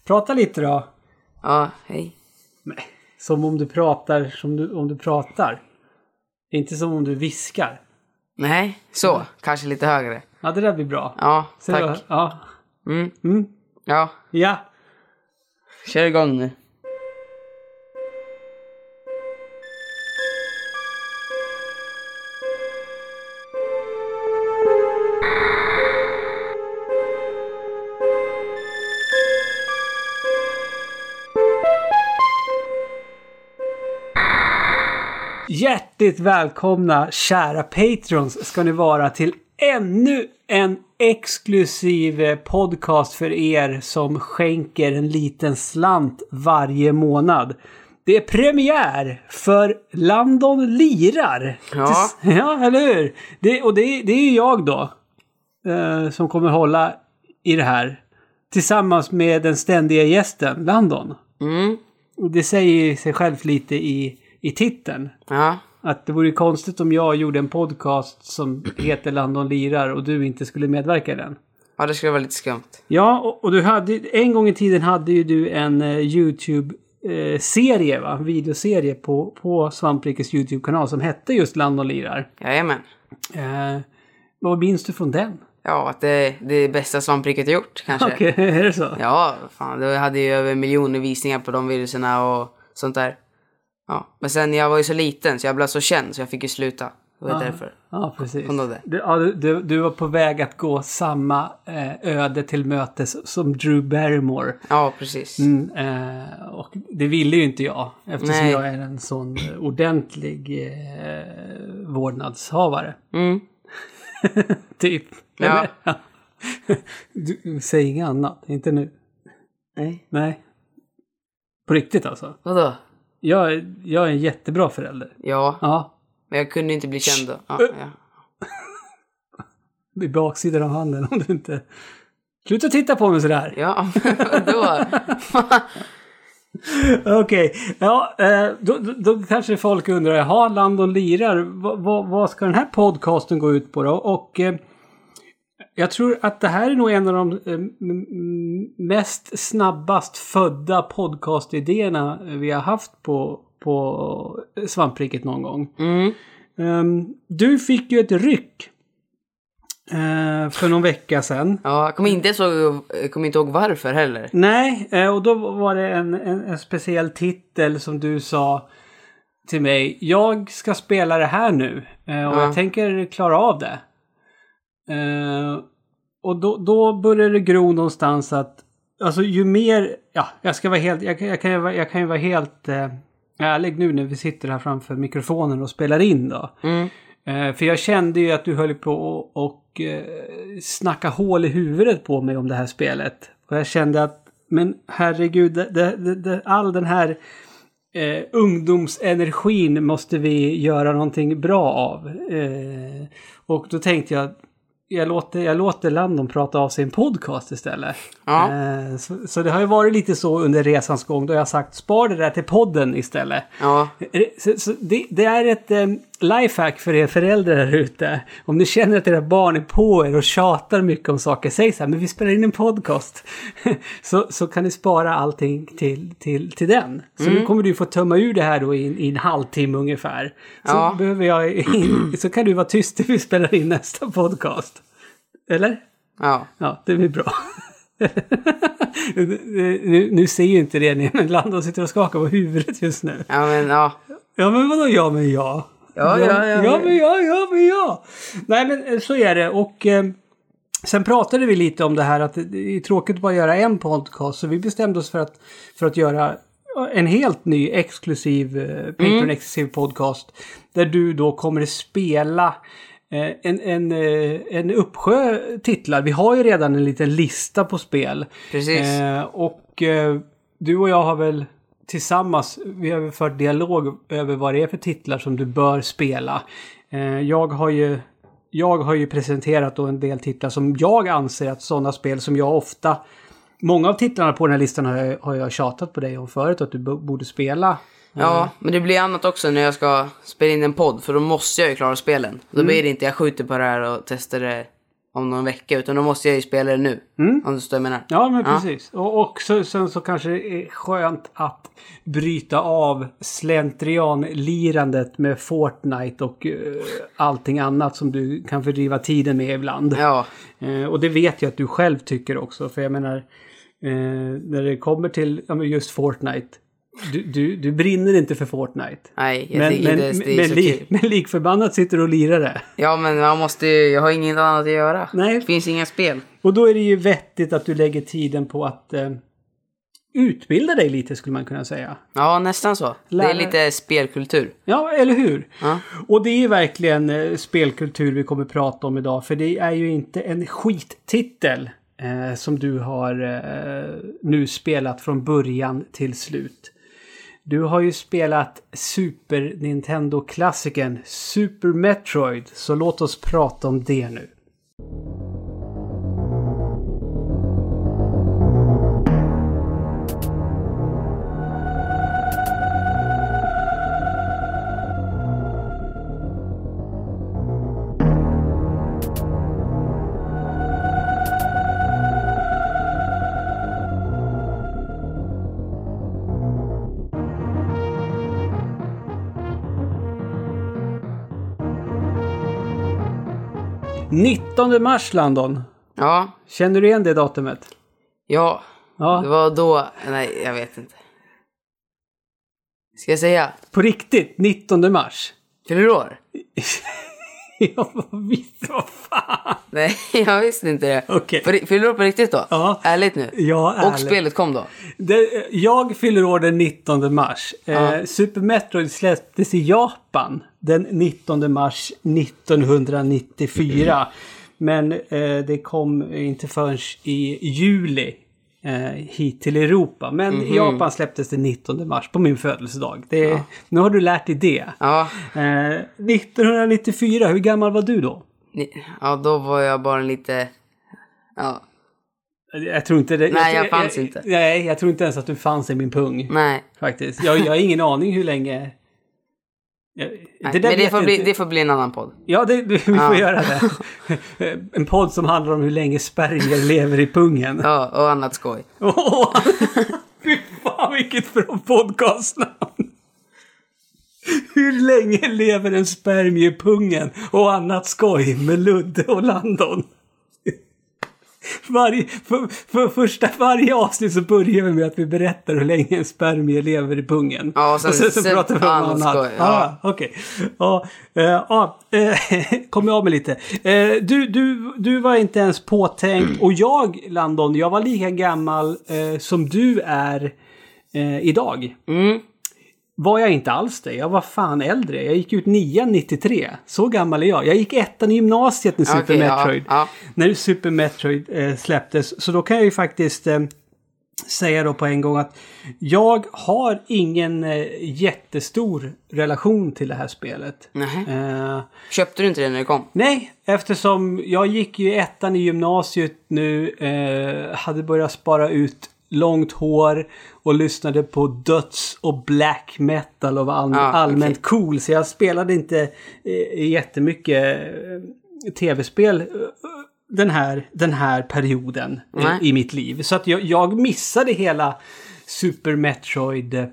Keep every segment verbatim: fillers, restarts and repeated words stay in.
Prata lite då. Ja, hej. Nej, som om du pratar som du, om du pratar. Inte som om du viskar. Nej, så. Mm. Kanske lite högre. Ja, det där blir bra. Ja, så, tack. Ja. Mm. Mm. Ja. Ja. Kör igång nu. Hjärtligt välkomna, kära patrons, ska ni vara till ännu en exklusiv podcast för er som skänker en liten slant varje månad. Det är premiär för Landon lirar. Ja, ja eller hur? Det, och det, det är jag då eh, som kommer hålla i det här tillsammans med den ständiga gästen, Landon. Mm. Och det säger sig själv lite i i titeln. Ja. Att det vore konstigt om jag gjorde en podcast som heter Landon lirar och du inte skulle medverka i den. Ja, det skulle vara lite skumt. Ja, och, och du hade en gång i tiden hade ju du en uh, YouTube-serie, uh, va? En videoserie på, på Svamprikes YouTube-kanal som hette just Landon lirar. Jajamän. Uh, vad minns du från den? Ja, att det, det är bästa Svampriket har gjort, kanske. Okej, okay, är det så? Ja, fan. Det hade ju över miljoner visningar på de videorna och sånt där. Ja, men sen jag var ju så liten så jag blev så känd så jag fick ju sluta. Det var ja, därför. Ja, precis. Det. Du, ja, du, du var på väg att gå samma eh, öde till mötes som Drew Barrymore. Ja, precis. Mm, eh, och det ville ju inte jag. Eftersom Nej. jag är en sån ordentlig eh, vårdnadshavare. Mm. typ. Ja. Du, säg inget annat. Inte nu. Nej. Nej. På riktigt alltså. Vadå? Jag, jag är en jättebra förälder. Ja. Ja. Men jag kunde inte bli känd då. Ja, ja. I baksidan av handen om du inte... Sluta titta på mig sådär. Ja, då. Okej. Okay. Ja, då, då, då kanske folk undrar, jaha, Landon lirar. Vad, vad, vad ska den här podcasten gå ut på då? Och eh, jag tror att det här är nog en av de eh, mest snabbast födda podcastidéerna vi har haft på, på Svampriket någon gång. Mm. Um, du fick ju ett ryck uh, för någon vecka sedan. Ja, jag kommer inte, så, jag kommer inte ihåg varför heller. Nej, uh, och då var det en, en, en speciell titel som du sa till mig. Jag ska spela det här nu uh, och ja. jag tänker klara av det. Uh, och då, då började det gro någonstans att alltså ju mer, ja, jag ska vara helt, jag, jag, kan, jag, jag kan ju vara helt uh, ärlig nu när vi sitter här framför mikrofonen och spelar in då. Mm. Uh, för jag kände ju att du höll på och, och uh, snacka hål i huvudet på mig om det här spelet. Och jag kände att, men herregud, det, det, det, all den här uh, ungdomsenergin måste vi göra någonting bra av. Uh, och då tänkte jag, Jag låter, jag låter Landon prata av sin podcast istället. Ja. Eh, så, så det har ju varit lite så under resans gång. Då jag har sagt, spar det där till podden istället. Ja. Så, så det, det är ett eh, lifehack för er föräldrar där ute. Om ni känner att era barn är på er och tjatar mycket om saker. Säg så här, men vi spelar in en podcast. så, så kan ni spara allting till, till, till den. Så mm. nu kommer du få tömma ur det här då i, i en halvtimme ungefär. Så, ja. behöver jag in, så kan du vara tyst till vi spelar in nästa podcast. Eller? Ja. Ja, det blir bra. nu, nu ser ju inte det ni, men Landon sitter och skakar på huvudet just nu. Ja, men ja. Ja, men vadå ja, men ja. Ja, ja, ja. Ja, men ja, ja, men ja. Nej, men så är det. Och eh, sen pratade vi lite om det här att det är tråkigt att bara göra en podcast. Så vi bestämde oss för att, för att göra en helt ny exklusiv, eh, Patreon-exklusiv mm. podcast. Där du då kommer att spela En, en, en uppsjö titlar. Vi har ju redan en liten lista på spel. Precis. Eh, och eh, du och jag har väl tillsammans, vi har fört dialog över vad det är för titlar som du bör spela. Eh, jag har ju jag har ju presenterat då en del titlar som jag anser att sådana spel som jag ofta, många av titlarna på den här listan har jag, har jag tjatat på dig om förut att du b- borde spela. Ja, men det blir annat också när jag ska spela in en podd. För då måste jag ju klara spelen. Då mm. blir det inte, jag skjuter på det här och testar det om någon vecka. Utan då måste jag ju spela det nu. Mm. Om du står jag menar. Ja, men precis. Ja. Och, och så, sen så kanske det är skönt att bryta av slentrian-lirandet med Fortnite och uh, allting annat som du kan fördriva tiden med ibland. Ja. Uh, och det vet jag att du själv tycker också. För jag menar, uh, när det kommer till ja, men just Fortnite. Du, du, du brinner inte för Fortnite. Nej, jag men, tycker men, inte det är men, så li, kul. men likförbannat sitter du och lirar det. Ja, men man måste ju, jag har inget annat att göra. Nej. Det finns inga spel. Och då är det ju vettigt att du lägger tiden på att eh, utbilda dig lite, skulle man kunna säga. Ja, nästan så. Lära... Det är lite spelkultur. Ja, eller hur? Ja. Och det är ju verkligen eh, spelkultur vi kommer prata om idag. För det är ju inte en skittitel eh, som du har eh, nu spelat från början till slut. Du har ju spelat Super Nintendo-klassikern Super Metroid. Så låt oss prata om det nu. nittonde mars, Landon. Ja. Känner du igen det datumet? Ja. Ja. Det var då... Nej, jag vet inte. Ska jag säga? På riktigt, nittonde mars. Fyller du år? Ja, visst, vad fan. Nej, jag visste inte det. Okej. Okay. Fyller du år på riktigt då? Ja. Ärligt nu? Ja, ärligt. Och spelet kom då? Det, jag fyller år den nittonde mars. Ja. Eh, Super Metroid släpptes i Japan den nittonde mars nittonhundranittiofyra. Mm. Men eh, det kom inte förrän i juli eh, hit till Europa. Men mm-hmm. i Japan släpptes den nittonde mars på min födelsedag. Det, ja. Nu har du lärt dig det. Ja. Eh, nittonhundranittiofyra, hur gammal var du då? Ja, då var jag bara lite... Ja. Jag tror inte det. Nej, jag, jag fanns jag, inte. Nej, jag tror inte ens att du fanns i min pung. Nej. Faktiskt. Jag, jag har ingen aning hur länge... Jag, Nej, det men det får, bli, det får bli en annan podd. Ja, det, vi får ja. göra det. En podd som handlar om hur länge spermier lever i pungen. Ja, och annat skoj. Oh, fy fan, vilket bra podcastnamn. Hur länge lever en spermie i pungen och annat skoj med Ludde och Landon? Varje, för, för första varje avsnitt så börjar vi med att vi berättar hur länge en spermie lever i pungen. Ja, och sen, och sen, sen, sen pratar vi om annat. Skoj, ja. Ah, okej. Okay. Ja, äh, ja, äh, kom jag av med lite. Äh, du, du, du var inte ens påtänkt. Och jag, Landon, jag var lika gammal äh, som du är äh, idag. Mm. Var jag inte alls det. Jag var fan äldre. Jag gick ut nian nittiotre. Så gammal är jag. Jag gick ettan i gymnasiet när Super okay, Metroid. Ja, ja. När Super Metroid eh, släpptes. Så då kan jag ju faktiskt eh, säga då på en gång att jag har ingen eh, jättestor relation till det här spelet. Uh, Köpte du inte det när det kom? Nej, eftersom jag gick ju ettan i gymnasiet nu. Eh, hade börjat spara ut långt hår och lyssnade på döds och black metal och var all- ah, allmänt okay. cool. Så jag spelade inte eh, jättemycket eh, tv-spel eh, den, här, den här perioden eh, i mitt liv. Så att jag, jag missade hela Super Metroid eh,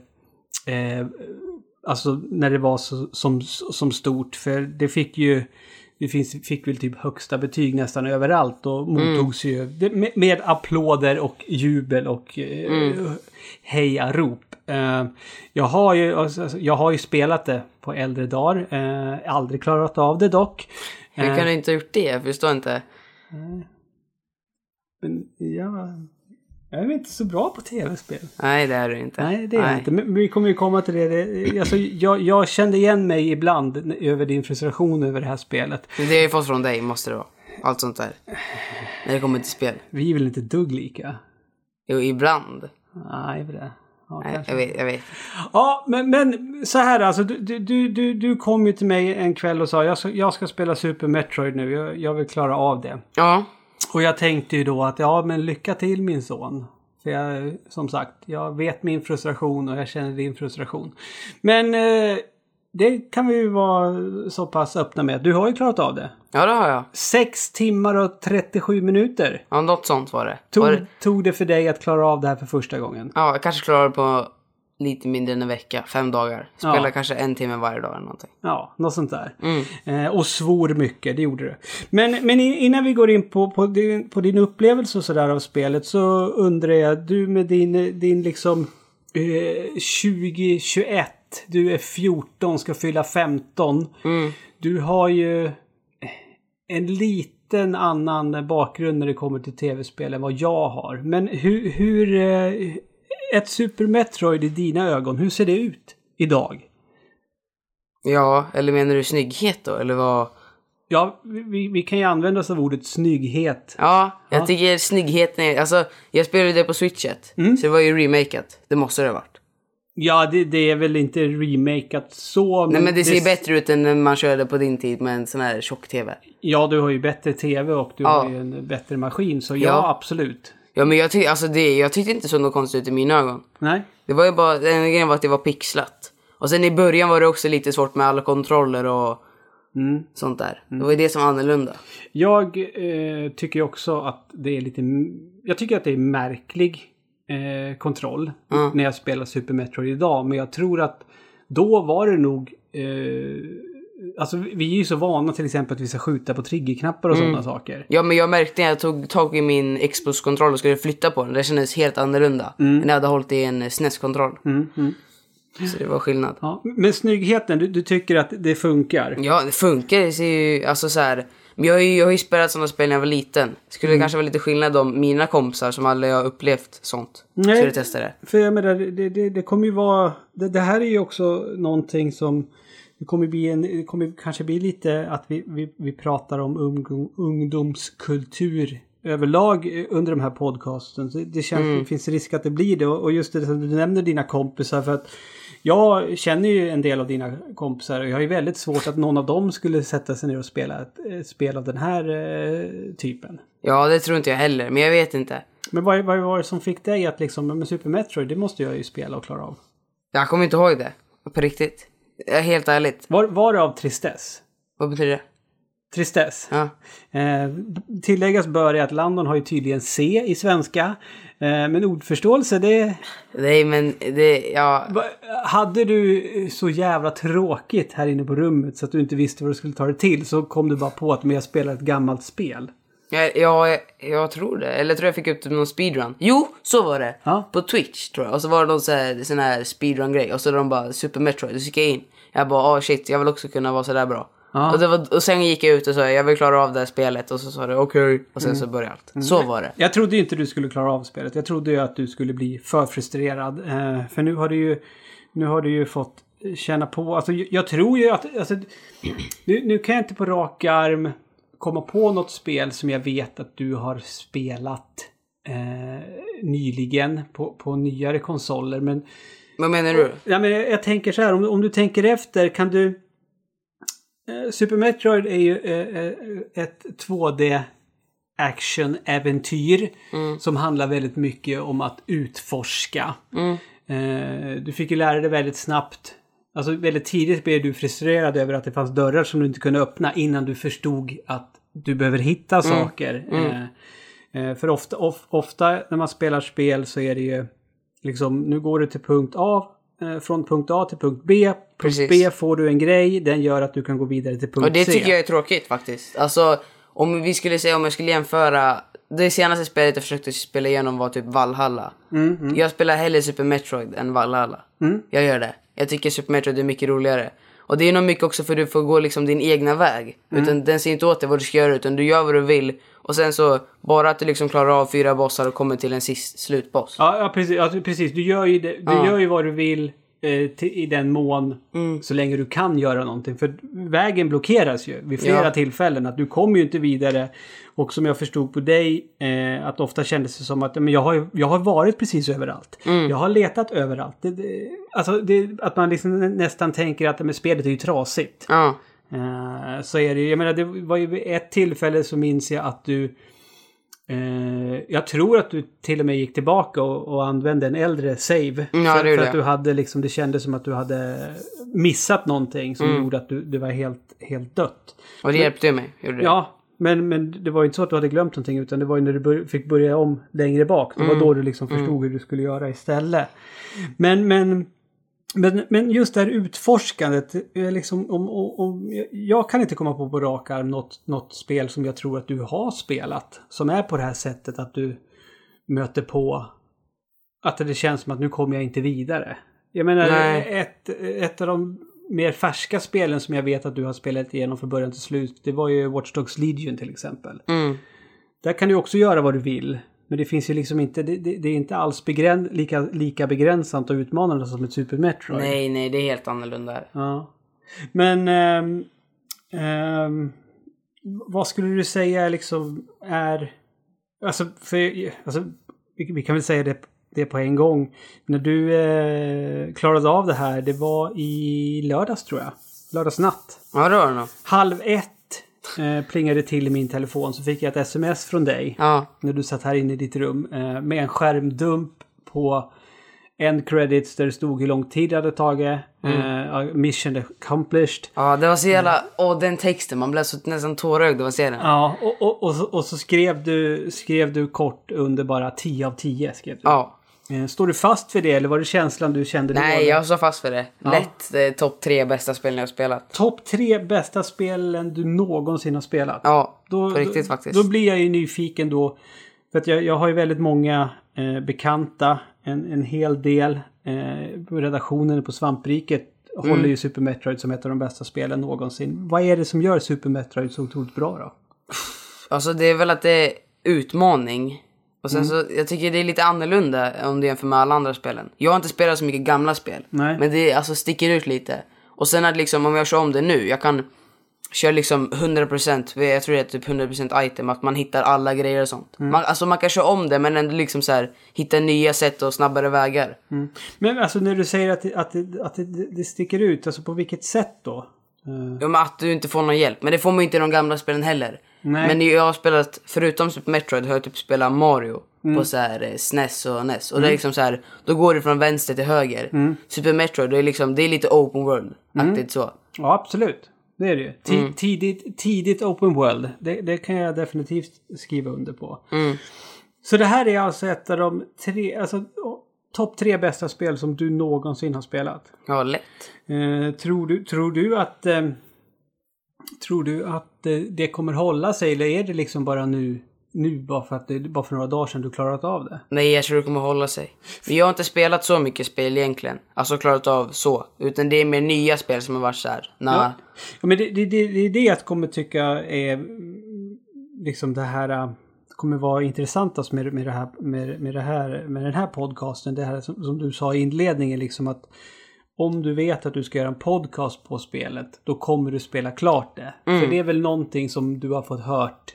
alltså när det var så, som, som stort. För det fick ju Det finns, fick väl typ högsta betyg nästan överallt och mottogs mm. ju med, med applåder och jubel och mm. uh, hejarop. Uh, jag, har ju, alltså, jag har ju spelat det på äldre dagar. Uh, aldrig klarat av det dock. Hur kan uh, du inte ha gjort det? Jag förstår inte. Uh, men ja... Jag är inte så bra på tv-spel. Nej, det är du inte. Nej, det är jag inte. Men vi kommer ju komma till det. det alltså, jag, jag kände igen mig ibland över din frustration över det här spelet. Men det är ju fått från dig, måste det vara. Allt sånt där. När det kommer till spel. Vi är väl inte dugg lika? Jo, ibland. Nej, det. Ja, Nej, jag vet, jag vet. Ja, men, men så här alltså. Du, du, du, du kom ju till mig en kväll och sa jag ska, jag ska spela Super Metroid nu. Jag, jag vill klara av det. Ja. Och jag tänkte ju då att ja, men lycka till min son. För jag, som sagt, jag vet min frustration och jag känner din frustration. Men eh, det kan vi ju vara så pass öppna med. Du har ju klarat av det. Ja, det har jag. sex timmar och trettiosju minuter. Ja, något sånt var det. Tog, var det... tog det för dig att klara av det här för första gången? Ja, jag kanske klarade på lite mindre än en vecka. Fem dagar. Spela Ja. kanske en timme varje dag eller någonting. Ja, något sånt där. Mm. Eh, och svor mycket, det gjorde du. Men, men innan vi går in på, på, din, på din upplevelse och sådär av spelet så undrar jag, du med din, din liksom eh, tjugo tjugoett, du är fjorton, ska fylla femton. Mm. Du har ju en liten annan bakgrund när det kommer till tv-spel än vad jag har. Men hur, hur eh, ett Super Metroid i dina ögon, hur ser det ut idag? Ja, eller menar du snygghet då? Eller vad? Ja, vi, vi kan ju använda oss av ordet snygghet. Ja, jag Ja. tycker snyggheten är... Alltså, jag spelade det på Switchet. Mm. Så det var ju remakat. Det måste det ha varit. Ja, det, det är väl inte remakat så. Nej, men det ser det, bättre ut än när man körde på din tid med en sån här tjock-tv. Ja, du har ju bättre tv och du Ja. har ju en bättre maskin. Så ja, Ja. absolut. Ja, men jag, tyck, alltså det, jag tyckte inte så något konstigt ut i mina ögon. Nej. Det var ju bara... Den grejen var att det var pixlat. Och sen i början var det också lite svårt med alla kontroller och Mm. sånt där. Det var ju det som var annorlunda. Jag eh, tycker också att det är lite... Jag tycker att det är märklig eh, kontroll Mm. när jag spelar Super Metroid idag. Men jag tror att då var det nog... Eh, alltså vi är ju så vana till exempel att vi ska skjuta på triggerknappar och Mm. sådana saker. Ja, men jag märkte när jag tog tag i min Xbox-kontroll och skulle flytta på den. Det kändes helt annorlunda. Mm. Än när jag hade hållit i en S N E S-kontroll. Mm, mm. Så det var skillnad. Ja. Men snyggheten, du, du tycker att det funkar? Ja, det funkar. Det ser ju, alltså så här. Men jag har ju, jag har ju spelat sådana spel när jag var liten. Skulle Mm. det kanske vara lite skillnad om mina kompisar som aldrig har upplevt sånt. Nej. Skulle testa det. För jag menar, det, det, det kommer ju vara... Det, det här är ju också någonting som... Det kommer, bli en, det kommer kanske bli lite att vi, vi, vi pratar om ungdom, ungdomskultur överlag under de här podcasten. Så det känns Mm. det finns risk att det blir det. Och just det som du nämner dina kompisar. För att jag känner ju en del av dina kompisar. Och jag har ju väldigt svårt att någon av dem skulle sätta sig ner och spela ett, ett spel av den här eh, typen. Ja, det tror inte jag heller. Men jag vet inte. Men vad, vad var det som fick dig att liksom, med Super Metroid, det måste jag ju spela och klara av. Jag kommer inte ihåg det. På riktigt. Jag är helt ärligt. Var, var det av tristess? Vad betyder det? Tristess. Ja. Eh, tilläggas bör är att Landon har ju tydligen C i svenska. Eh, men ordförståelse, det... Nej, men det... Ja... Va, hade du så jävla tråkigt här inne på rummet så att du inte visste vad du skulle ta dig till, så kom du bara på att jag spelar ett gammalt spel. Ja, ja, jag, jag tror det. Eller jag tror jag fick upp typ någon speedrun. Jo, så var det. Ja. På Twitch, tror jag. Och så var det någon sån här, sån här speedrun-grej. Och så de bara, Super Metroid. Och så gick jag in. Jag bara, ah shit, jag vill också kunna vara så där bra. Ja. Och, det var, och sen gick jag ut och sa, jag vill klara av det här spelet. Och så sa det, okej. Okay. Och sen så började allt. Så var det. Jag trodde ju inte du skulle klara av spelet. Jag trodde ju att du skulle bli för frustrerad. Eh, för nu har du ju, nu har du ju fått känna på... Alltså, jag, jag tror ju att... Alltså, nu, nu kan jag inte på rak arm komma på något spel som jag vet att du har spelat eh, nyligen på, på nyare konsoler. Men, Vad menar du? ja, men jag, jag tänker så här, om, om du tänker efter, kan du... Eh, Super Metroid är ju eh, ett två D action-äventyr Mm. som handlar väldigt mycket om att utforska. Mm. Eh, du fick ju lära dig väldigt snabbt. Alltså väldigt tidigt blev du frustrerad över att det fanns dörrar som du inte kunde öppna innan du förstod att du behöver hitta saker. Mm. Eh, eh, för ofta, of, ofta när man spelar spel så är det ju liksom, nu går du till punkt A, eh, från punkt A till punkt B. Punkt Precis. B får du en grej, den gör att du kan gå vidare till punkt Och det C. tycker jag är tråkigt faktiskt. Alltså, om vi skulle säga, om jag skulle jämföra... Det senaste spelet jag försökte spela igenom var typ Valhalla. Mm, mm. Jag spelar hellre Super Metroid än Valhalla. Mm. Jag gör det. Jag tycker Super Metroid är mycket roligare. Och det är nog mycket också för att du får gå liksom din egna väg. Mm. Utan den ser inte åt dig vad du ska göra, utan du gör vad du vill. Och sen så, bara att du liksom klarar av fyra bossar och kommer till en sist slutboss. Ja, ja, precis, ja, precis. Du gör ju, det, du Ja. gör ju vad du vill eh, till, i den mån Mm. så länge du kan göra någonting. För vägen blockeras ju vid flera Ja. tillfällen. Att du kommer ju inte vidare. Och som jag förstod på dig, eh, att ofta kändes det som att men jag, har, ju- jag har varit precis överallt. Mm. Jag har letat överallt. Det, det, alltså det, att man liksom nästan tänker att men spelet är ju trasigt. Ja. Eh, så är det ju, jag menar det var ju vid ett tillfälle så minns jag att du eh, jag tror att du till och med gick tillbaka och, och använde en äldre save. Ja, för, det gjorde för att jag. du hade liksom, det kändes som att du hade missat någonting som Mm. gjorde att du, du var helt, helt dött. Och det hjälpte ju mig. Gjorde det. Ja, men, men det var ju inte så att du hade glömt någonting utan det var ju när du bör, fick börja om längre bak. Det var Mm. då du liksom förstod Mm. hur du skulle göra istället. Men, men, men, men just det här utforskandet, eh, liksom, om, om, om, jag kan inte komma på på rak arm något, något spel som jag tror att du har spelat. Som är på det här sättet att du möter på att det känns som att nu kommer jag inte vidare. Jag menar, Nej. ett, ett av de mer färska spelen som jag vet att du har spelat igenom från början till slut, det var ju Watch Dogs Legion till exempel. Mm. Där kan du också göra vad du vill. Men det finns ju liksom inte, det, det, det är inte alls begräns, lika, lika begränsat och utmanande som ett Super Metroid. Nej, nej, det är helt annorlunda här. Ja. Men ähm, ähm, vad skulle du säga liksom är, alltså, för, alltså vi, vi kan väl säga det, det på en gång. När du eh, klarade av det här, det var i lördags tror jag. Lördagsnatt. Ja, det var det nog. Halv ett eh, plingade till i min telefon så fick jag ett sms från dig. Ja. När du satt här inne i ditt rum eh, med en skärmdump på end credits där det stod hur lång tid det hade tagit. Mm. Eh, mission accomplished. Ja, det var så jävla... Åh, den texten. Man blev så nästan tårögd av att se den. Ja, och, och, och, så, och så skrev du, skrev du kort under bara tio av tio. Skrev du. Ja. Eh, står du fast för det eller var det känslan du kände? Nej, då? jag står fast för det. Ja. Lätt det är topp tre bästa spelen jag har spelat. Topp tre bästa spelen du någonsin har spelat. Ja, Då, på riktigt då, faktiskt. Då blir jag ju nyfiken då. För att jag, jag har ju väldigt många eh, bekanta. En, en hel del. Eh, på redaktionen på Svampriket Mm. håller ju Super Metroid som ett av de bästa spelen någonsin. Vad är det som gör Super Metroid så otroligt bra då? Alltså det är väl att det är utmaning. Och sen Mm. så, jag tycker det är lite annorlunda om du jämför med alla andra spelen. Jag har inte spelat så mycket gamla spel. Nej. Men det alltså sticker ut lite. Och sen att liksom, om jag kör om det nu, jag kan köra liksom hundra procent, jag tror det är typ hundra procent item, att man hittar alla grejer och sånt. Mm. Man, alltså man kan köra om det, men ändå liksom så här, hitta nya sätt och snabbare vägar. Mm. Men alltså när du säger att, det, att, det, att det, det sticker ut, alltså på vilket sätt då? Uh. Ja, men att du inte får någon hjälp. Men det får man inte i de gamla spelen heller. Nej. Men jag har spelat, förutom Super Metroid, har jag typ spelat Mario Mm. på så här eh, S N E S och N E S. Och det är liksom så här, då går det från vänster till höger. Mm. Super Metroid, det är liksom, det är lite open world-aktigt Mm. så. Ja, absolut. Det är det ju. T- Mm. tidigt, tidigt open world. Det, det kan jag definitivt skriva under på. Mm. Så det här är alltså ett av de tre, alltså topp tre bästa spel som du någonsin har spelat. Ja, lätt. Eh, tror, du, tror du att eh, tror du att eh, det kommer hålla sig eller är det liksom bara nu nu bara för att det bara för några dagar sedan du klarat av det? Nej, jag tror det kommer hålla sig. Men jag har inte spelat så mycket spel egentligen. Alltså klarat av så. Utan det är mer nya spel som har varit så här. Nah. Ja. Ja, men det, det, det, det är det jag kommer tycka är mm, liksom det här äh, kommer vara intressantast med, med, det här, med, med, det här, med den här podcasten. Det här som, som du sa i inledningen liksom att om du vet att du ska göra en podcast på spelet då kommer du spela klart det. Mm. För det är väl någonting som du har fått hört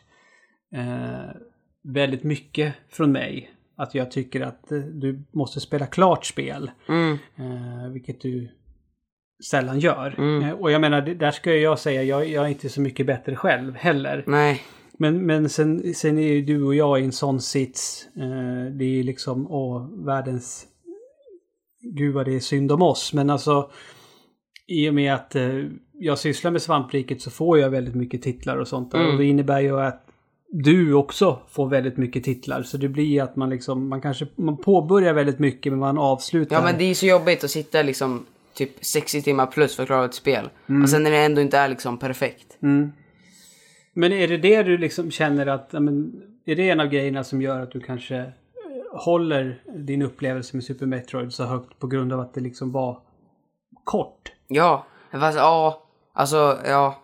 eh, väldigt mycket från mig. Att jag tycker att eh, du måste spela klart spel. Mm. Eh, vilket du sällan gör. Mm. Eh, och jag menar, det- där ska jag säga, jag, jag är inte så mycket bättre själv heller. Nej. Men, men sen, sen är ju du och jag i en sån sits. Eh, det är ju liksom, åh, världens... Gud vad det är synd om oss. Men alltså, i och med att eh, jag sysslar med Svampriket så får jag väldigt mycket titlar och sånt där. Mm. Och det innebär ju att du också får väldigt mycket titlar. Så det blir att man liksom, man kanske, man påbörjar väldigt mycket men man avslutar. Ja, men det är så jobbigt att sitta liksom typ sextio timmar plus för att klara ett spel. Och sen när det ändå inte är liksom perfekt. Mm. Men är det det du liksom känner att, ja, men, är det en av grejerna som gör att du kanske eh, håller din upplevelse med Super Metroid så högt på grund av att det liksom var kort? Ja, fast ja, alltså ja.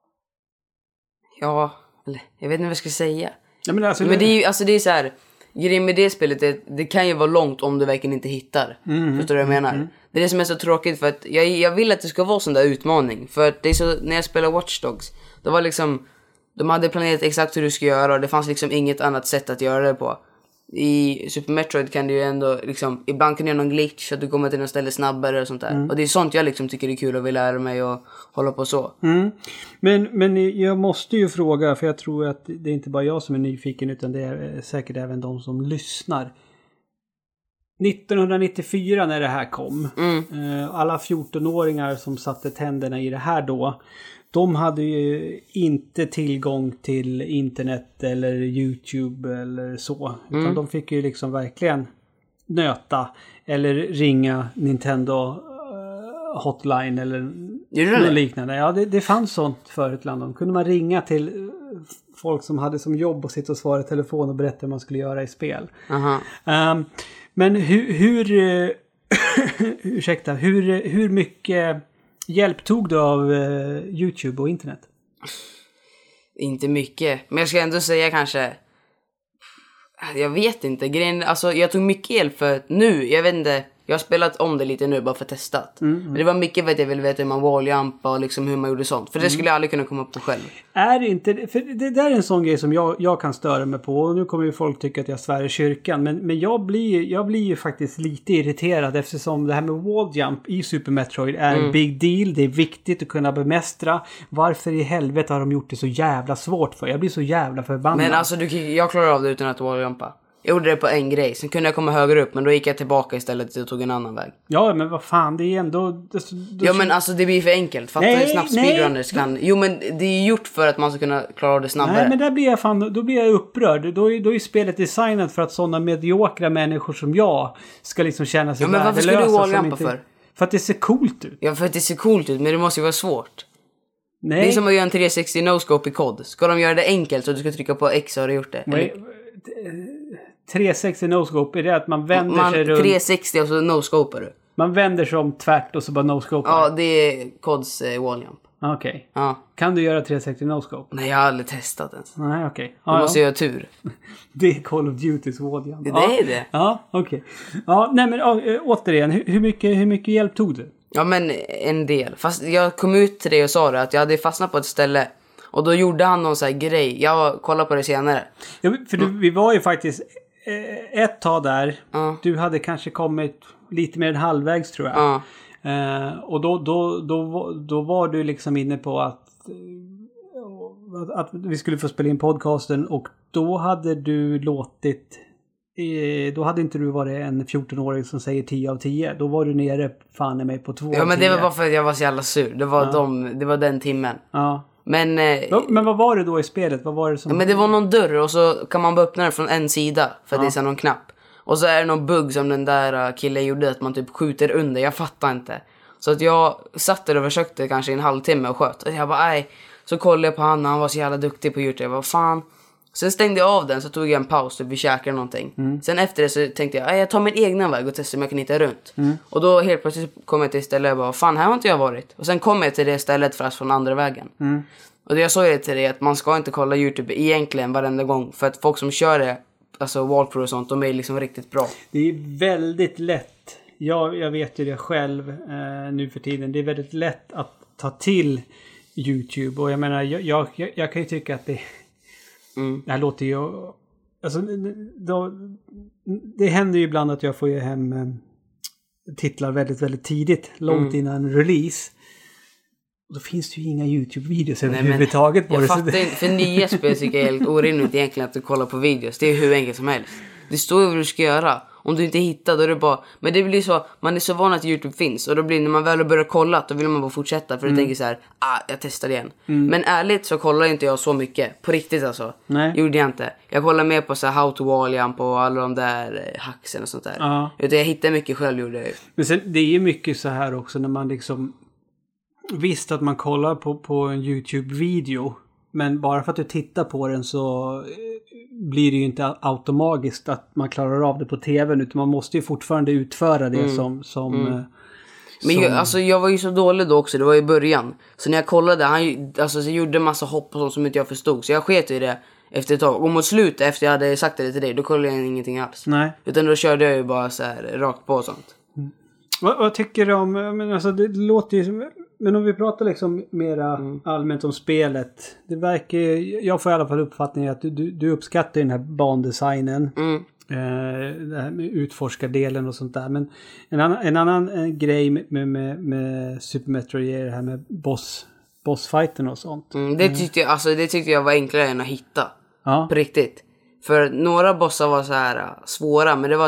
Ja, eller jag vet inte vad jag ska säga. Ja, men alltså, Men det är ju, alltså det är så här, grejen med det spelet, det, det kan ju vara långt om du verkligen inte hittar. Mm. Förstår du vad jag menar? Det är det som är så tråkigt för att jag, jag vill att det ska vara sån där utmaning. För att det är så, när jag spelar Watch Dogs, det var liksom, de hade planerat exakt hur du ska göra och det fanns liksom inget annat sätt att göra det på. I Super Metroid kan du ju ändå liksom, ibland kan du göra någon glitch så att du kommer till något ställe snabbare och sånt där. Och det är sånt jag liksom tycker är kul och vill lära mig och hålla på så. Mm. Men, men jag måste ju fråga, för jag tror att det är inte bara jag som är nyfiken utan det är säkert även de som lyssnar. nittonhundranittiofyra när det här kom. Mm. Eh, alla fjortonåringar som satte tänderna i det här då. De hade ju inte tillgång till internet eller YouTube eller så. Utan Mm. de fick ju liksom verkligen nöta eller ringa Nintendo uh, hotline eller något liknande. Ja, det, det fanns sånt förut bland dem. Kunde man ringa till uh, folk som hade som jobb och sitta och svara i telefon och berätta vad man skulle göra i spel. Aha. Um, men hur, hur uh, ursäkta, hur, hur mycket hjälp tog du av uh, YouTube och internet? Inte mycket. Men jag ska ändå säga kanske... Jag vet inte. Grejen, alltså, jag tog mycket hjälp för nu. Jag vet inte. Jag har spelat om det lite nu bara för testat. Mm, mm. Men det var mycket för att jag ville veta hur man walljumpade och liksom hur man gjorde sånt. För det skulle jag aldrig kunna komma på själv. Är det inte... För det där är en sån grej som jag, jag kan störa mig på. Och nu kommer ju folk tycka att jag svär i kyrkan. Men, men jag, blir, jag blir ju faktiskt lite irriterad. Eftersom det här med walljump i Super Metroid är mm. en big deal. Det är viktigt att kunna bemästra. Varför i helvete har de gjort det så jävla svårt för? Jag blir så jävla förbannad. Men alltså du, jag klarar av det utan att walljumpa. Jag gjorde det på en grej. Sen kunde jag komma högre upp. Men då gick jag tillbaka istället och tog en annan väg. Ja, men vad fan. Det är ändå... Det, det, ja, men alltså det blir för enkelt. Fattar hur snabbt speedrunners kan... Jo, men det är gjort för att man ska kunna klara av det snabbare. Nej, men där blir jag fan... Då blir jag upprörd. Då är, då är spelet designat för att sådana mediokra människor som jag ska liksom känna sig värdelösa. Ja, men varför ska du walljumpa för? För att det ser coolt ut. Ja, för att det ser coolt ut. Men det måste ju vara svårt. Nej. Det är som att göra en tre sextio no-scope i C O D. Ska de göra det enkelt så du ska trycka på X så har du gjort det? Nej. tre sextio no-scope, är det att man vänder man, sig runt... tre sextio och så no-scopar du. Man vänder sig om tvärt och så bara no-scopar. Ja, det är C O Ds eh, walljump. Okej. Okay. Ja. Kan du göra tre sextio no-scope? Nej, jag har aldrig testat ens. Nej, okej. Okay. Du ja, måste ja. göra tur. Det är Call of Duty's walljump. Det, ja. det är det. Ja, okej. Okay. Ja, nej men å, återigen, hur, hur, mycket, hur mycket hjälp tog du? Ja, men en del. Fast jag kom ut till dig och sa det att jag hade fastnat på ett ställe. Och då gjorde han någon sån här grej. Jag kollade på det senare. Ja, för du, vi var ju faktiskt ett tag där. Ja. Du hade kanske kommit lite mer än halvvägs tror jag. Ja. Uh, och då, då, då, då var du liksom inne på att, att, att vi skulle få spela in podcasten. Och då hade du låtit... Då hade inte du varit en fjorton-åring som säger tio av tio. Då var du nere fan i mig på två av tio. Ja, men det var bara för att jag var så jävla sur. Det var, ja. de, det var den timmen. Ja. Men, eh, men vad var det då i spelet? Vad var det som... Ja, men det var någon dörr och så kan man bara öppna den från en sida. För att ja. Det är så någon knapp. Och så är det någon bugg som den där killen gjorde. Att man typ skjuter under. Jag fattar inte. Så att jag satt där och försökte kanske en halvtimme och sköt. Och jag bara, nej. Så kollade jag på han och han var så jävla duktig på YouTube. Jag bara, fan. Sen stängde jag av den så tog jag en paus och vi käkade någonting. Mm. Sen efter det så tänkte jag, jag tar min egna väg och testar om jag kan hitta runt. Mm. Och då helt plötsligt kom jag till ett ställe och bara, fan här har inte jag varit. Och sen kom jag till det stället fast från andra vägen. Mm. Och jag sa det till dig att man ska inte kolla YouTube egentligen varenda gång. För att folk som kör det, alltså walkthrough och sånt, de är liksom riktigt bra. Det är väldigt lätt. Jag, jag vet ju det själv eh, nu för tiden. Det är väldigt lätt att ta till YouTube. Och jag menar, jag, jag, jag kan ju tycka att det... Mm. Det här låter ju... Alltså, då, det händer ju ibland att jag får ju hem eh, titlar väldigt, väldigt tidigt. Långt mm. innan release. Och då finns det ju inga YouTube-videos överhuvudtaget på det. Jag fattar inte, för nya spel tycker jag är helt orimligt egentligen att du kollar på videos. Det är hur enkelt som helst. Det står ju vad du ska göra. Om du inte hittar, då är det bara... Men det blir så... Man är så van att YouTube finns. Och då blir när man väl börjar kolla, då vill man bara fortsätta. För mm. du tänker så här, ah, jag testar igen. Mm. Men ärligt så kollar inte jag så mycket. På riktigt alltså. Nej. Gjorde jag inte. Jag kollar mer på så här how to walljump och alla de där eh, hacksen och sånt där. Ja. Utan jag hittar mycket själv, gjorde jag ju. Men sen, det är ju mycket så här också när man liksom... Visst att man kollar på, på en YouTube-video. Men bara för att du tittar på den så blir det ju inte automatiskt att man klarar av det på tvn. Utan man måste ju fortfarande utföra det mm. som... som, mm. som... Men jag, alltså, jag var ju så dålig då också. Det var i början. Så när jag kollade, han alltså, så gjorde en massa hopp och sånt som inte jag förstod. Så jag sket i det efter ett tag. Och mot slut, efter jag hade sagt det till dig, då kollade jag ingenting alls. Nej. Utan då körde jag ju bara så här rakt på och sånt. Mm. Vad, vad tycker du om... Men alltså, det låter ju... Men om vi pratar liksom mera mm. allmänt om spelet. Det verkar, jag får i alla fall uppfattningen att du, du, du uppskattar den här bandesignen. Mm. Eh, det här med utforskardelen och sånt där. Men en annan, en annan en grej med, med, med Super Metroid är det här med boss, bossfighten och sånt. Mm, det, tyckte jag, alltså, det tyckte jag var enklare än att hitta. Ja. På riktigt. För några bossar var så här svåra. Men det var att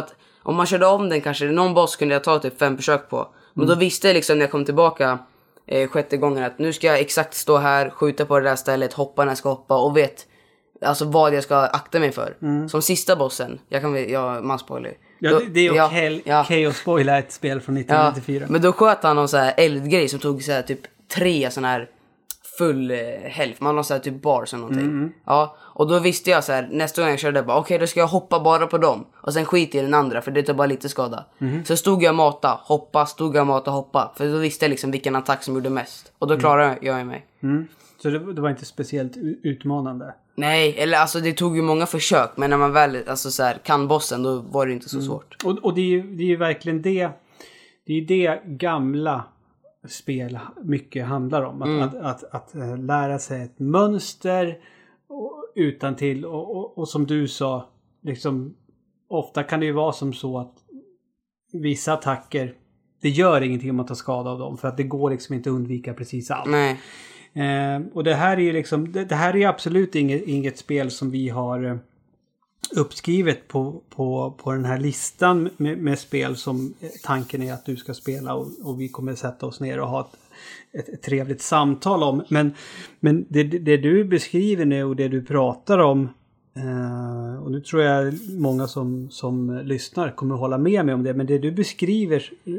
om man körde om den kanske, någon boss kunde jag ta typ fem försök på. Men mm. då visste jag liksom när jag kom tillbaka eh, sjätte gången att nu ska jag exakt stå här, skjuta på det där stället, hoppa när jag ska hoppa och vet alltså vad jag ska akta mig för. Mm. Som sista bossen, jag kan jag man spoiler. Ja, då, det, det är okej okay, ja. okay att spoila ett spel från nittonhundranittiofyra. Ja, men då sköt han någon så här eldgrej som tog så här typ tre sån här full eh, hälft. Man har så här typ bars eller någonting. Mm. Ja, och då visste jag så här nästa gång jag körde bara okej, okay, då ska jag hoppa bara på dem och sen skit i den andra för det tar bara lite skada. Mm. Så stod jag mata, hoppa, stod jag mata, hoppa för då visste jag liksom vilken attack som gjorde mest och då klarade mm. jag mig. Mm. Så det, det var inte speciellt utmanande. Nej, eller alltså det tog ju många försök men när man väl alltså så här kan bossen då var det inte så mm. svårt. Och, och det är ju det är ju verkligen det det är det gamla spel mycket handlar om. Att, mm. att, att, att, att lära sig ett mönster utan till och, och, och som du sa liksom ofta kan det ju vara som så att vissa attacker det gör ingenting om man tar skada av dem för att det går liksom inte att undvika precis allt. Nej. Eh, och det här är ju liksom det, det här är absolut inget, inget spel som vi har uppskrivet på, på, på den här listan med, med spel som tanken är att du ska spela och, och vi kommer sätta oss ner och ha ett, ett, ett trevligt samtal om. Men, men det, det du beskriver nu och det du pratar om eh, och nu tror jag många som, som lyssnar kommer hålla med mig om det, men det du beskriver eh,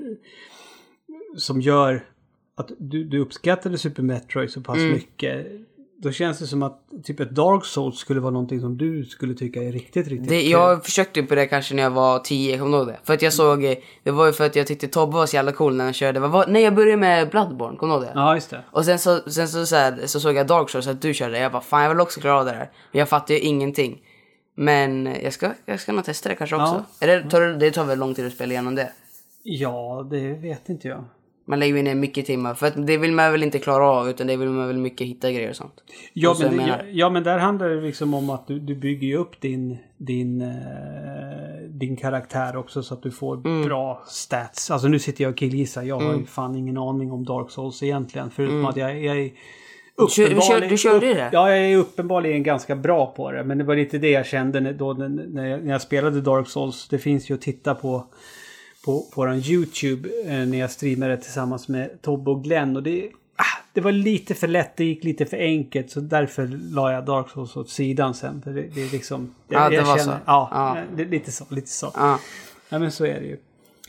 som gör att du, du uppskattade Super Metroid så pass mm. mycket. Då känns det som att typ ett Dark Souls skulle vara någonting som du skulle tycka är riktigt, riktigt det, jag försökte på det kanske när jag var tio, jag kommer ihåg det. För att jag såg, det var ju för att jag tyckte Tobbe var så jävla cool när han körde. Var, nej, jag började med Bloodborne, kommer du ihåg det? Ja, just det. Och sen så, sen så, så, här, så såg jag Dark Souls att du körde. Jag bara, fan jag vill också klara av det där. Men jag fattar ju ingenting. Men jag ska, jag ska nog testa det kanske också. Ja. Eller tar, det tar väl lång tid att spela igenom det? Ja, det vet inte jag. Man lägger ner mycket timmar. För att det vill man väl inte klara av. Utan det vill man väl mycket hitta grejer och sånt. Ja, och men, det, ja, ja men där handlar det liksom om att du, du bygger upp din, din, eh, din karaktär också. Så att du får mm. bra stats. Alltså nu sitter jag och killgissar. Jag mm. har ju fan ingen aning om Dark Souls egentligen. Förutom mm. att jag, jag är du, kör, du körde det? Ja, jag är uppenbarligen ganska bra på det. Men det var lite det jag kände då när jag, när jag spelade Dark Souls. Det finns ju att titta på på, på våran YouTube eh, när jag streamade tillsammans med Tobbe och Glenn. Och det, ah, det var lite för lätt, det gick lite för enkelt. Så därför la jag Dark Souls åt sidan sen. För det, det är liksom... Jag, ja, det jag var känner, så. Ja, ja. Det, lite så. Lite så. Ja. Ja, men så är det ju.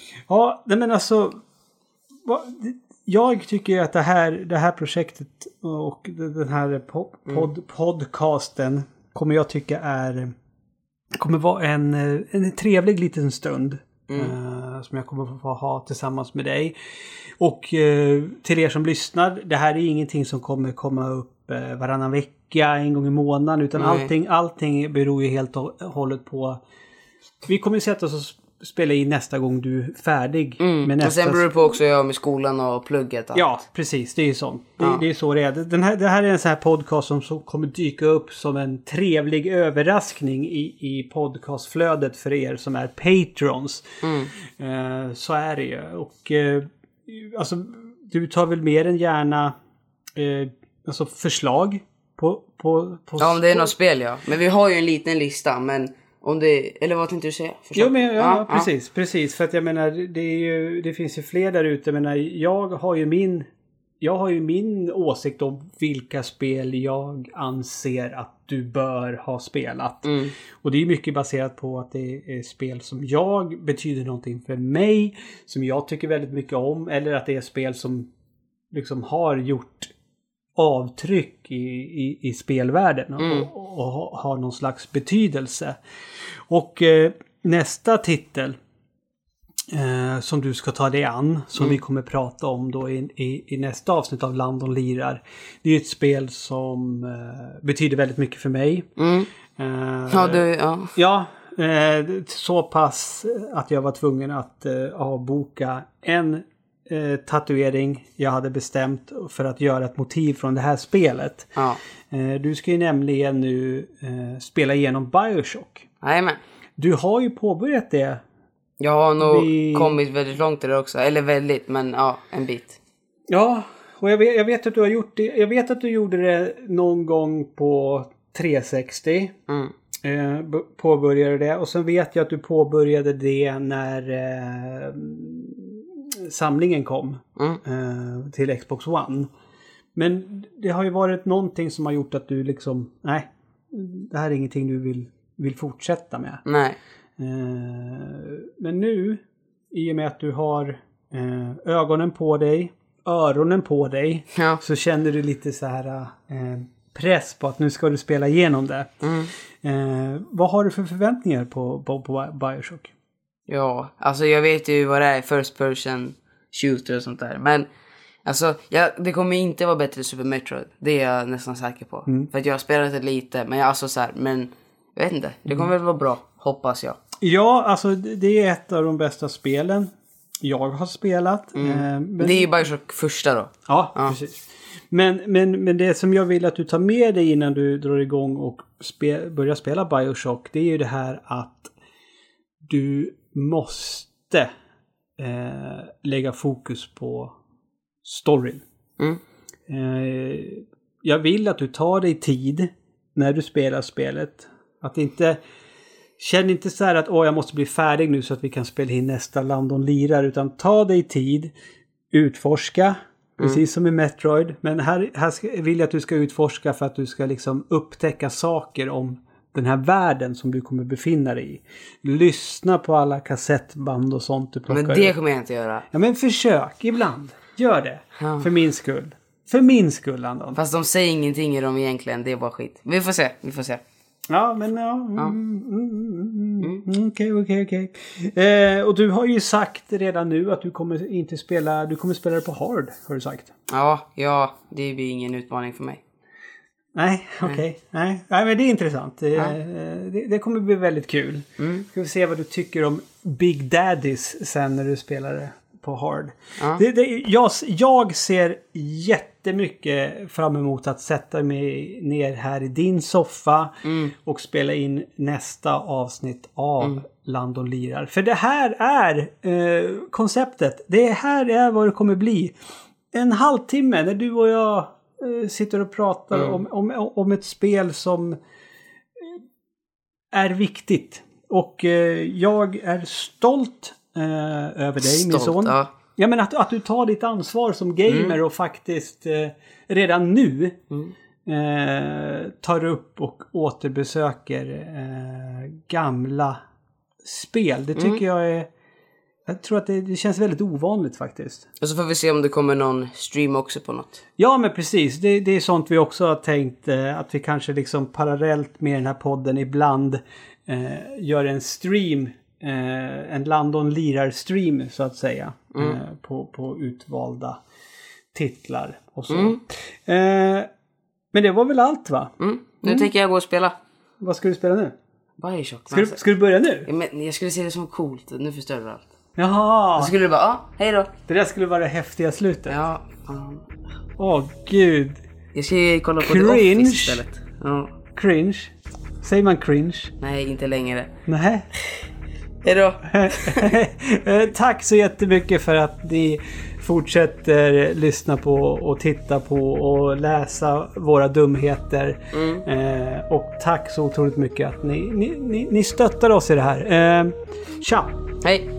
Ja, men alltså... Vad, jag tycker att det här, det här projektet och den här pod, pod, podcasten kommer jag tycka är... kommer vara en, en trevlig liten stund. Mm. Uh, som jag kommer att få ha tillsammans med dig. Och uh, till er som lyssnar, det här är ingenting som kommer komma upp uh, varannan vecka, en gång i månaden, utan mm. allting, allting beror ju helt och hållet på. Vi kommer sätta oss och spela in nästa gång du är färdig. Mm. Med nästa... Och sen beror det på också jag med skolan och plugget. Allt. Ja, precis. Det är ju sånt. Det, ja. det är så det är. Den här, det här är en sån här podcast som, som kommer dyka upp som en trevlig överraskning i, i podcastflödet för er som är patrons. Mm. Uh, så är det ju. Och uh, alltså, du tar väl mer än gärna uh, alltså förslag på, på, på... Ja, om det är något spel, ja. Men vi har ju en liten lista, men... Om det, eller vad tänkte du säga? Jo, men, ja, ja, precis, ja. precis. För att jag menar, det, är ju, det finns ju fler där ute. Men jag har ju min jag har ju min åsikt om vilka spel jag anser att du bör ha spelat. Mm. Och det är mycket baserat på att det är spel som jag betyder någonting för mig. Som jag tycker väldigt mycket om. Eller att det är spel som liksom har gjort avtryck i, i, i spelvärlden och, mm. och, och har någon slags betydelse. Och eh, nästa titel eh, som du ska ta dig an, som mm. vi kommer prata om då i, i, i nästa avsnitt av Landon lirar. Det är ett spel som eh, betyder väldigt mycket för mig. Mm. Eh, ja, du, ja. Ja, eh, så pass att jag var tvungen att eh, avboka en Eh, tatuering jag hade bestämt för att göra ett motiv från det här spelet. Ja. Eh, du ska ju nämligen nu eh, spela igenom BioShock. Jajamän. Du har ju påbörjat det. Jag har nog vi... kommit väldigt långt i det också. Eller väldigt, men ja, en bit. Ja, och jag vet, jag vet att du har gjort det. Jag vet att du gjorde det någon gång på trehundrasextio. Mm. Eh, påbörjade det. Och sen vet jag att du påbörjade det när eh, samlingen kom Mm. eh, till Xbox One. Men det har ju varit någonting som har gjort att du liksom, nej, det här är ingenting du vill, vill fortsätta med. Nej. Eh, men nu, i och med att du har eh, ögonen på dig, öronen på dig, Ja. så känner du lite så här eh, press på att nu ska du spela igenom det. Mm. Eh, vad har du för förväntningar på, på, på Bioshock? Ja, alltså jag vet ju vad det är, first person shooter och sånt där. Men alltså, ja, det kommer inte vara bättre än Super Metroid. Det är jag nästan säker på. Mm. För att jag har spelat det lite, men jag alltså så här, men jag vet inte. Det kommer väl vara bra, hoppas jag. Ja, alltså det är ett av de bästa spelen jag har spelat. Mm. Eh, men... Det är ju Bioshock första då. Ja, Ja. precis. Men, men, men det som jag vill att du tar med dig innan du drar igång och spe, börjar spela Bioshock, det är ju det här att du måste eh, lägga fokus på storyn. Mm. Eh, jag vill att du tar dig tid när du spelar spelet. Att inte... Känn inte så här att åh, jag måste bli färdig nu så att vi kan spela in nästa London lirar. Utan ta dig tid, utforska. Precis mm. som i Metroid. Men här, här ska, vill jag att du ska utforska för att du ska liksom upptäcka saker om den här världen som du kommer befinna dig i. Lyssna på alla kassettband och sånt du plockar. Men det kommer jag inte göra. Ja, men försök ibland. Gör det. Ja. För min skull. För min skull, Andon. Fast de säger ingenting i dem egentligen. Det är bara skit. Vi får se. Vi får se. Ja, men ja. Ja. Okej, okej, okej. Eh, och du har ju sagt redan nu att du kommer inte spela, du kommer spela det på hard, har du sagt. Ja, ja. Det blir ingen utmaning för mig. Nej, okej. Okay. Nej. Nej, men det är intressant. Det, Ja. det, det kommer bli väldigt kul. Mm. Ska vi se vad du tycker om Big Daddies sen när du spelar det på hard. Ja. Det, det, jag, jag ser jättemycket fram emot att sätta mig ner här i din soffa Mm. och spela in nästa avsnitt av Mm. London lirar. För det här är eh, konceptet. Det här är vad det kommer bli. En halvtimme när du och jag eh, sitter och pratar Mm. om, om, om ett spel som är viktigt. Och eh, jag är stolt eh, över dig, Stolt, min son. ja. Ja, men att, att du tar ditt ansvar som gamer Mm. och faktiskt eh, redan nu Mm. eh, tar upp och återbesöker eh, gamla spel. Det tycker Mm. jag är... Jag tror att det, det känns väldigt ovanligt faktiskt. Och så får vi se om det kommer någon stream också på något. Ja, men precis. Det, det är sånt vi också har tänkt eh, att vi kanske liksom parallellt med den här podden ibland eh, gör en stream, eh, en London lirar stream så att säga, Mm. eh, på, på utvalda titlar och så. Mm. Eh, men det var väl allt, va? Mm. Nu tänker jag gå och spela Vad ska du spela nu? Bioshock. Ska du, ska du börja nu? Ja, men jag skulle se det som coolt. Nu förstör du allt. Jaha! Så skulle du bara, ja, hej då. Det där skulle vara det häftiga slutet. Ja, fan. Åh, gud. Jag ska kolla på The Cringe. Office istället. Ja. Cringe. Säger man cringe? Nej, inte längre. Nej. Hej då. Tack så jättemycket för att ni fortsätter lyssna på och titta på och läsa våra dumheter. Mm. Eh, och tack så otroligt mycket att ni, ni, ni, ni stöttar oss i det här. Eh, tja! Hej.